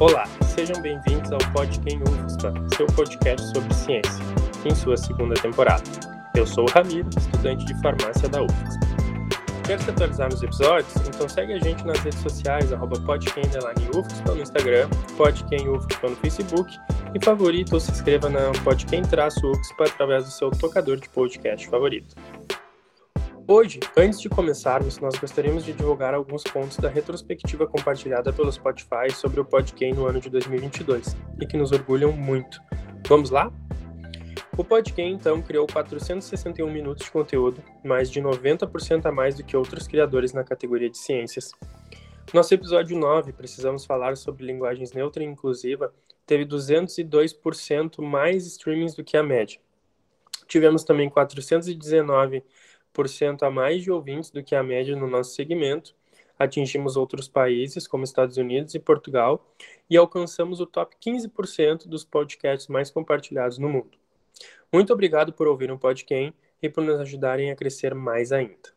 Olá, sejam bem-vindos ao Podquem UFSPA, seu podcast sobre ciência, em sua segunda temporada. Eu sou o Ramiro, estudante de farmácia da UFSPA. Quer se atualizar nos episódios? Então segue a gente nas redes sociais, @podquem_UFSPA no Instagram, Podquem UFSPA no Facebook e favorita ou se inscreva na Podquem-UFSPA através do seu tocador de podcast favorito. Hoje, antes de começarmos, nós gostaríamos de divulgar alguns pontos da retrospectiva compartilhada pelo Spotify sobre o Podquem no ano de 2022 e que nos orgulham muito. Vamos lá? O Podquem, então, criou 461 minutos de conteúdo, mais de 90% a mais do que outros criadores na categoria de ciências. Nosso episódio 9, Precisamos Falar sobre Linguagens Neutra e Inclusiva, teve 202% mais streamings do que a média. Tivemos também 419% a mais de ouvintes do que a média no nosso segmento, atingimos outros países, como Estados Unidos e Portugal, e alcançamos o top 15% dos podcasts mais compartilhados no mundo. Muito obrigado por ouvir o Podquem e por nos ajudarem a crescer mais ainda.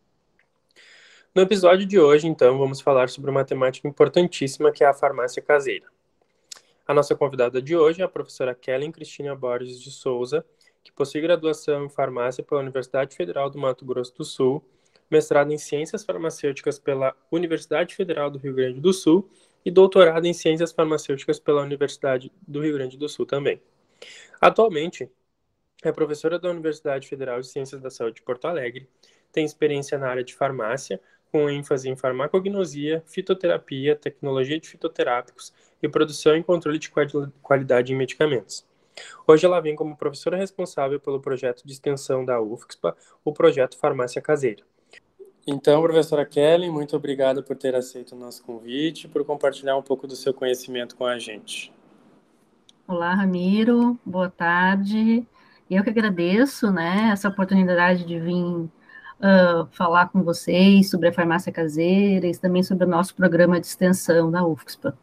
No episódio de hoje, então, vamos falar sobre uma temática importantíssima que é a farmácia caseira. A nossa convidada de hoje é a professora Kellen Cristina Borges de Souza, que possui graduação em farmácia pela Universidade Federal do Mato Grosso do Sul, mestrado em ciências farmacêuticas pela Universidade Federal do Rio Grande do Sul e doutorado em ciências farmacêuticas pela Universidade do Rio Grande do Sul também. Atualmente, é professora da Universidade Federal de Ciências da Saúde de Porto Alegre, tem experiência na área de farmácia, com ênfase em farmacognosia, fitoterapia, tecnologia de fitoterápicos e produção e controle de qualidade em medicamentos. Hoje ela vem como professora responsável pelo projeto de extensão da UFSPA, o projeto Farmácia Caseira. Então, professora Kellen, muito obrigado por ter aceito o nosso convite e por compartilhar um pouco do seu conhecimento com a gente. Olá, Ramiro, boa tarde. Eu que agradeço, essa oportunidade de vir falar com vocês sobre a farmácia caseira e também sobre o nosso programa de extensão da UFSPA.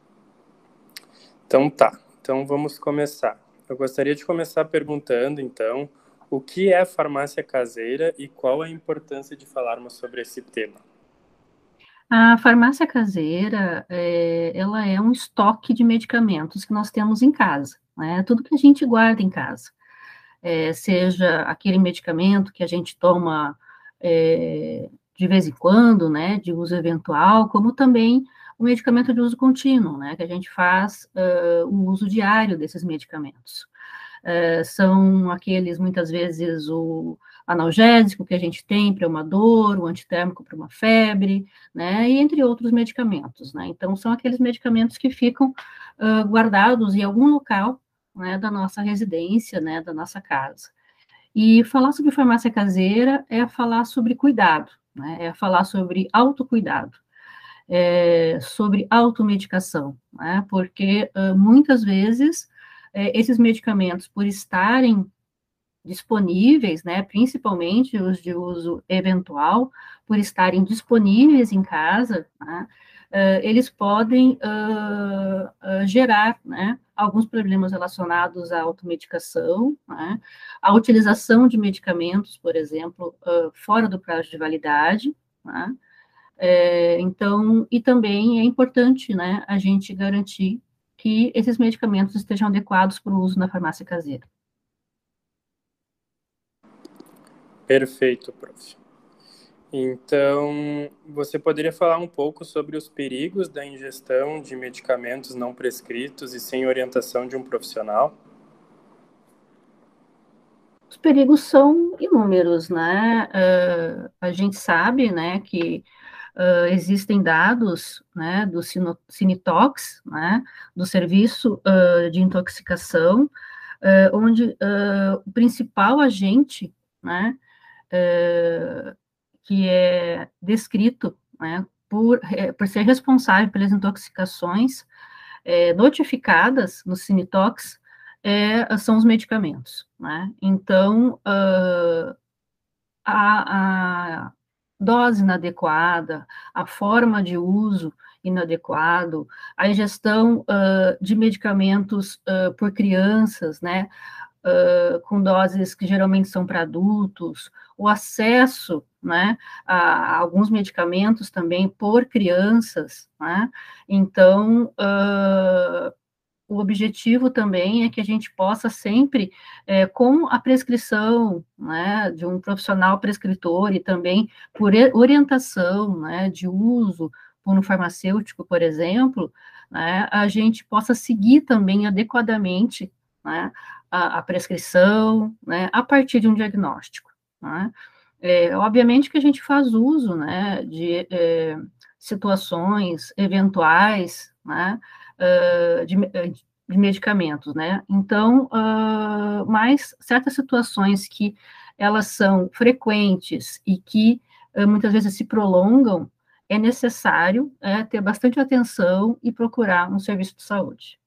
Então vamos começar. Eu gostaria de começar perguntando, então, o que é farmácia caseira e qual a importância de falarmos sobre esse tema? A farmácia caseira, ela é um estoque de medicamentos que nós temos em casa, né? Tudo que a gente guarda em casa. Seja aquele medicamento que a gente toma de vez em quando, né, de uso eventual, como também o medicamento de uso contínuo, né, que a gente faz o uso diário desses medicamentos. São aqueles, muitas vezes, o analgésico que a gente tem para uma dor, o antitérmico para uma febre, né, e entre outros medicamentos, né. Então, são aqueles medicamentos que ficam guardados em algum local, né, da nossa residência, né, da nossa casa. E falar sobre farmácia caseira é falar sobre cuidado, né, é falar sobre autocuidado, sobre automedicação, né, porque muitas vezes esses medicamentos, por estarem disponíveis, né, principalmente os de uso eventual, por estarem disponíveis em casa, né, eles podem gerar, né, alguns problemas relacionados à automedicação, né, à utilização de medicamentos, por exemplo, fora do prazo de validade, né, então, e também é importante, né, a gente garantir que esses medicamentos estejam adequados para o uso na farmácia caseira. Perfeito, prof. Então, você poderia falar um pouco sobre os perigos da ingestão de medicamentos não prescritos e sem orientação de um profissional? Os perigos são inúmeros, né? A gente sabe, né, que existem dados, né, do Cinetox, né, do Serviço de Intoxicação, onde o principal agente, né, que é descrito, né, por ser responsável pelas intoxicações notificadas no Cinetox, são os medicamentos, né? Então, a dose inadequada, a forma de uso inadequado, a ingestão de medicamentos por crianças, né, com doses que geralmente são para adultos, o acesso né, alguns medicamentos também por crianças, né, então, o objetivo também é que a gente possa sempre, com a prescrição, né, de um profissional prescritor e também por orientação, né, de uso por um farmacêutico, por exemplo, né, a gente possa seguir também adequadamente, né, a prescrição, né, a partir de um diagnóstico, né. Obviamente que a gente faz uso, né, de situações eventuais, né, de medicamentos, né? Então, mas certas situações que elas são frequentes e que muitas vezes se prolongam, é necessário ter bastante atenção e procurar um serviço de saúde.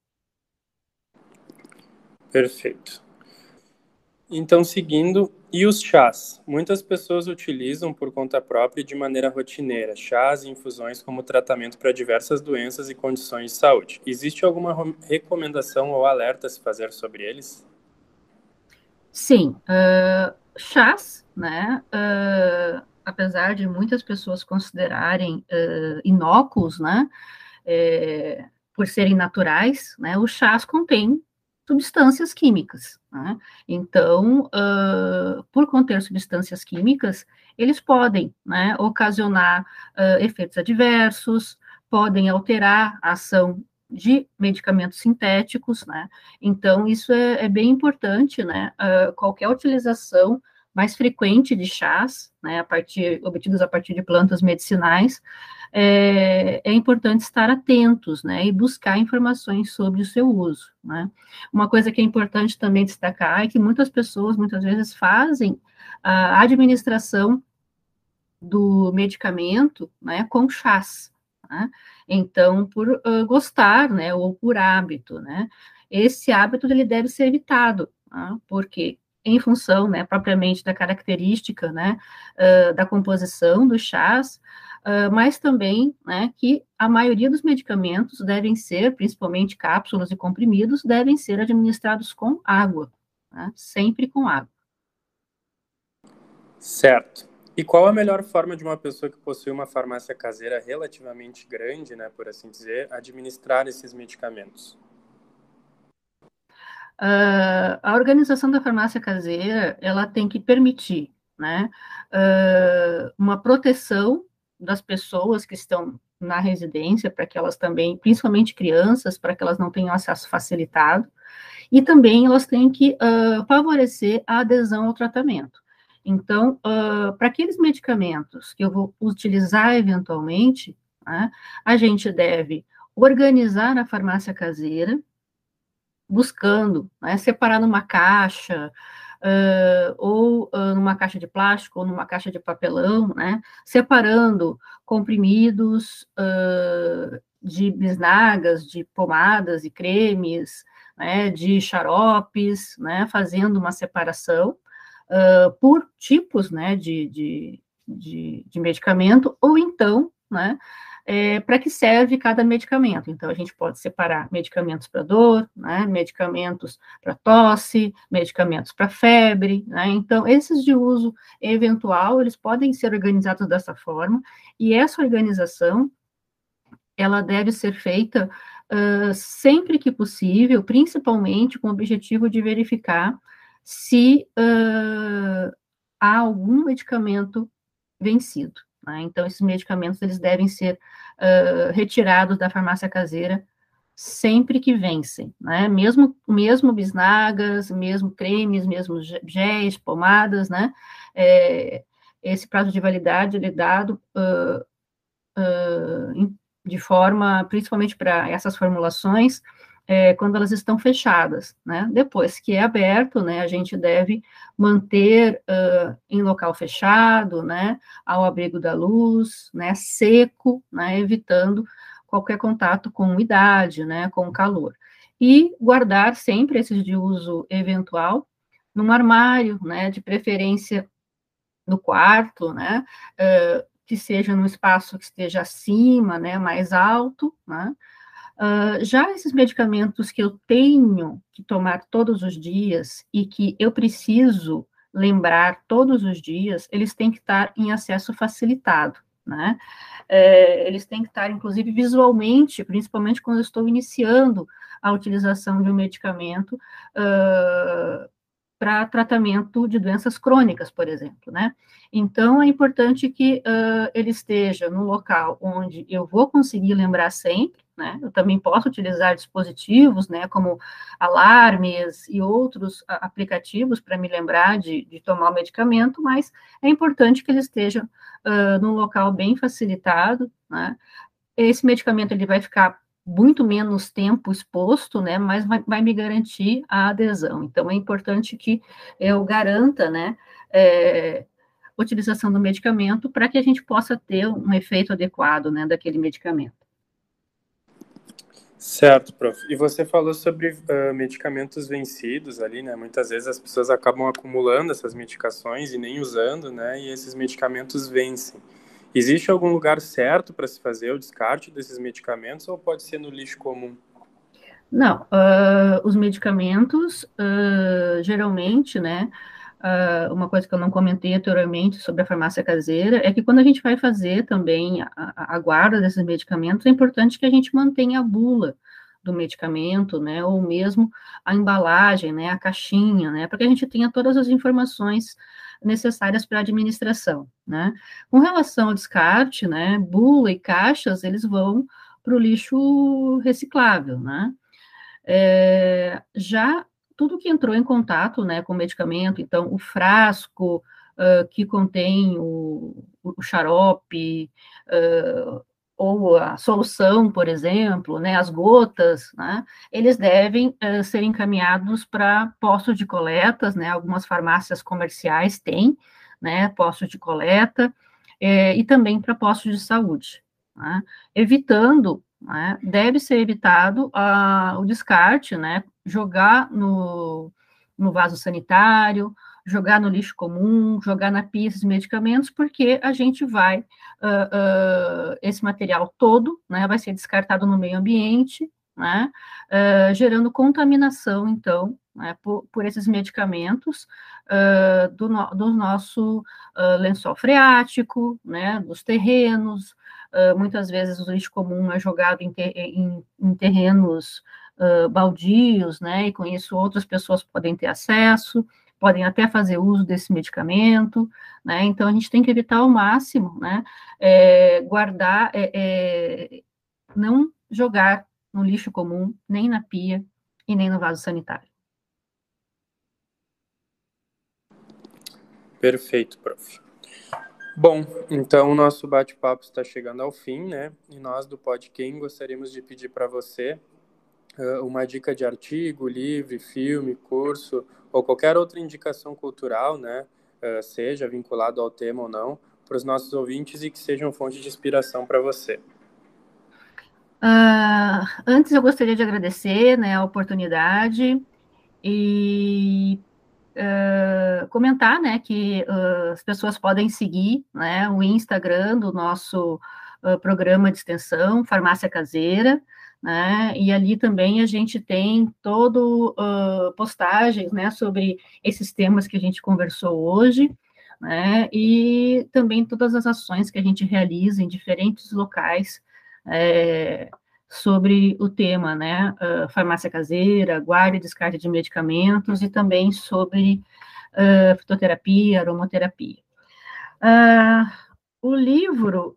Perfeito. Então, seguindo, e os chás? Muitas pessoas utilizam por conta própria e de maneira rotineira chás e infusões como tratamento para diversas doenças e condições de saúde. Existe alguma recomendação ou alerta a se fazer sobre eles? Sim, chás, né, apesar de muitas pessoas considerarem inócuos, né, por serem naturais, né, os chás contêm substâncias químicas, né? Então, por conter substâncias químicas, eles podem, né, ocasionar efeitos adversos, podem alterar a ação de medicamentos sintéticos, né? Então, isso é bem importante, né? Qualquer utilização mais frequente de chás, né, obtidos a partir de plantas medicinais, é importante estar atentos, né, e buscar informações sobre o seu uso, né. Uma coisa que é importante também destacar é que muitas pessoas, muitas vezes, fazem a administração do medicamento, né, com chás, né, então, por gostar, né, ou por hábito, né, esse hábito, ele deve ser evitado, tá, porque em função, né, propriamente da característica, né, da composição dos chás, mas também, né, que a maioria dos medicamentos devem ser, principalmente cápsulas e comprimidos, devem ser administrados com água, né, sempre com água. Certo. E qual a melhor forma de uma pessoa que possui uma farmácia caseira relativamente grande, né, por assim dizer, administrar esses medicamentos? A organização da farmácia caseira, ela tem que permitir, né, uma proteção das pessoas que estão na residência, para que elas também, principalmente crianças, para que elas não tenham acesso facilitado, e também elas têm que favorecer a adesão ao tratamento. Então, para aqueles medicamentos que eu vou utilizar eventualmente, né, a gente deve organizar a farmácia caseira, buscando, né, separar numa caixa, ou numa caixa de plástico, ou numa caixa de papelão, né, separando comprimidos de bisnagas, de pomadas e cremes, né, de xaropes, né, fazendo uma separação por tipos, né, de medicamento, ou então, né, para que serve cada medicamento. Então, a gente pode separar medicamentos para dor, né, medicamentos para tosse, medicamentos para febre, né, então, esses de uso eventual, eles podem ser organizados dessa forma, e essa organização, ela deve ser feita sempre que possível, principalmente com o objetivo de verificar se há algum medicamento vencido, né? Então, esses medicamentos, eles devem ser retirados da farmácia caseira sempre que vencem, né? Mesmo bisnagas, mesmo cremes, mesmo géis, pomadas, né? Esse prazo de validade, ele é dado de forma, principalmente para essas formulações, quando elas estão fechadas, né? Depois que é aberto, né, a gente deve manter em local fechado, né, ao abrigo da luz, né, seco, né, evitando qualquer contato com umidade, né, com calor. E guardar sempre esses de uso eventual num armário, né, de preferência no quarto, né, que seja num espaço que esteja acima, né, mais alto, né. Já esses medicamentos que eu tenho que tomar todos os dias e que eu preciso lembrar todos os dias, eles têm que estar em acesso facilitado, né? Eles têm que estar, inclusive, visualmente, principalmente quando eu estou iniciando a utilização de um medicamento para tratamento de doenças crônicas, por exemplo, né? Então, é importante que ele esteja no local onde eu vou conseguir lembrar sempre, né? Eu também posso utilizar dispositivos, né, como alarmes e outros aplicativos para me lembrar de tomar o medicamento, mas é importante que ele esteja num local bem facilitado, né? Esse medicamento ele vai ficar muito menos tempo exposto, né, mas vai me garantir a adesão. Então, é importante que eu garanta, né, utilização do medicamento para que a gente possa ter um efeito adequado, né, daquele medicamento. Certo, prof. E você falou sobre medicamentos vencidos ali, né? Muitas vezes as pessoas acabam acumulando essas medicações e nem usando, né? E esses medicamentos vencem. Existe algum lugar certo para se fazer o descarte desses medicamentos ou pode ser no lixo comum? Não, os medicamentos, geralmente, né, uma coisa que eu não comentei anteriormente sobre a farmácia caseira é que quando a gente vai fazer também a guarda desses medicamentos, é importante que a gente mantenha a bula do medicamento, né, ou mesmo a embalagem, né, a caixinha, né, para que a gente tenha todas as informações necessárias para a administração, né. Com relação ao descarte, né, bula e caixas, eles vão para o lixo reciclável, né. Já tudo que entrou em contato, né, com o medicamento, então o frasco que contém o xarope, ou a solução, por exemplo, né, as gotas, né, eles devem ser encaminhados para postos de coletas, né, algumas farmácias comerciais têm, né, postos de coleta, e também para postos de saúde, né, evitando, né, deve ser evitado o descarte, né, jogar no vaso sanitário, jogar no lixo comum, jogar na pia esses medicamentos, porque a gente vai, esse material todo, né, vai ser descartado no meio ambiente, né, gerando contaminação, então, né, por esses medicamentos do nosso lençol freático, né, dos terrenos. Muitas vezes o lixo comum é jogado em terrenos baldios, né, e com isso outras pessoas podem ter acesso, podem até fazer uso desse medicamento, né, então a gente tem que evitar ao máximo, né, guardar, não jogar no lixo comum, nem na pia e nem no vaso sanitário. Perfeito, prof. Bom, então o nosso bate-papo está chegando ao fim, né? E nós do Podquem gostaríamos de pedir para você uma dica de artigo, livro, filme, curso ou qualquer outra indicação cultural, né? Seja vinculado ao tema ou não, para os nossos ouvintes e que sejam fonte de inspiração para você. Antes eu gostaria de agradecer, né, a oportunidade e comentar, né, que as pessoas podem seguir, né, o Instagram do nosso programa de extensão, Farmácia Caseira, né, e ali também a gente tem todo postagens, né, sobre esses temas que a gente conversou hoje, né, e também todas as ações que a gente realiza em diferentes locais, sobre o tema, né, farmácia caseira, guarda e descarte de medicamentos, e também sobre fitoterapia, aromaterapia. O livro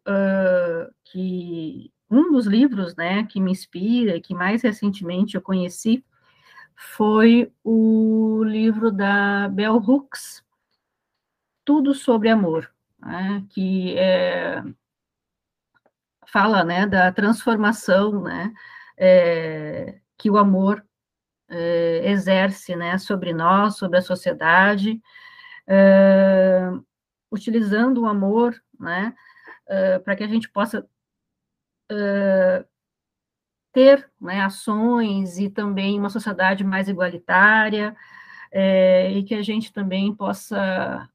um dos livros, né, que me inspira, que mais recentemente eu conheci, foi o livro da Bell Hooks, Tudo sobre Amor, né, que fala, né, da transformação, né, que o amor exerce, né, sobre nós, sobre a sociedade, utilizando o amor, né, para que a gente possa ter, né, ações e também uma sociedade mais igualitária, e que a gente também possa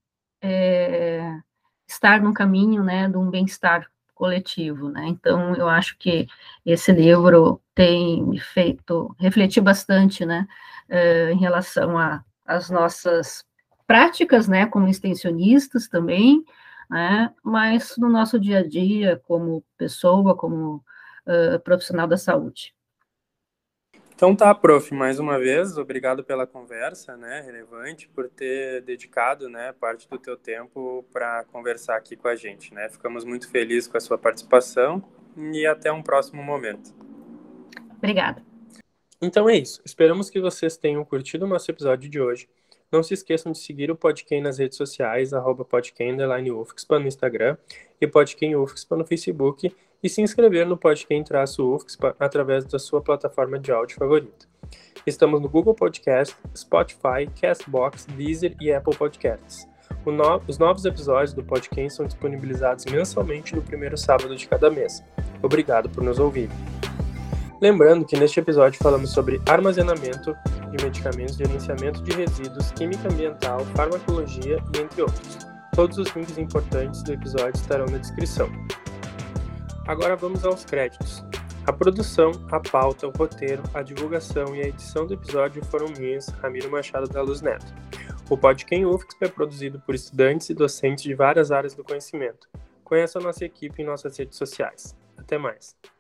estar no caminho, né, de um bem-estar coletivo, né? Então, eu acho que esse livro tem me feito refletir bastante, né, em relação às nossas práticas, né, como extensionistas também, né, mas no nosso dia a dia, como pessoa, como profissional da saúde. Então tá, prof, mais uma vez, obrigado pela conversa, né, relevante, por ter dedicado, né, parte do teu tempo para conversar aqui com a gente, né, ficamos muito felizes com a sua participação e até um próximo momento. Obrigada. Então é isso, esperamos que vocês tenham curtido o nosso episódio de hoje. Não se esqueçam de seguir o Podquem nas redes sociais, @podquem_UFSPA no Instagram e Podquem UFSPA no Facebook, e se inscrever no Podquem-UFSPA através da sua plataforma de áudio favorita. Estamos no Google Podcast, Spotify, Castbox, Deezer e Apple Podcasts. Os novos episódios do Podquem são disponibilizados mensalmente no primeiro sábado de cada mês. Obrigado por nos ouvir. Lembrando que neste episódio falamos sobre armazenamento de medicamentos, gerenciamento de resíduos, química ambiental, farmacologia e entre outros. Todos os links importantes do episódio estarão na descrição. Agora vamos aos créditos. A produção, a pauta, o roteiro, a divulgação e a edição do episódio foram minhas, Ramiro Machado da Luz Neto. O Podquem UFSPA é produzido por estudantes e docentes de várias áreas do conhecimento. Conheça a nossa equipe em nossas redes sociais. Até mais!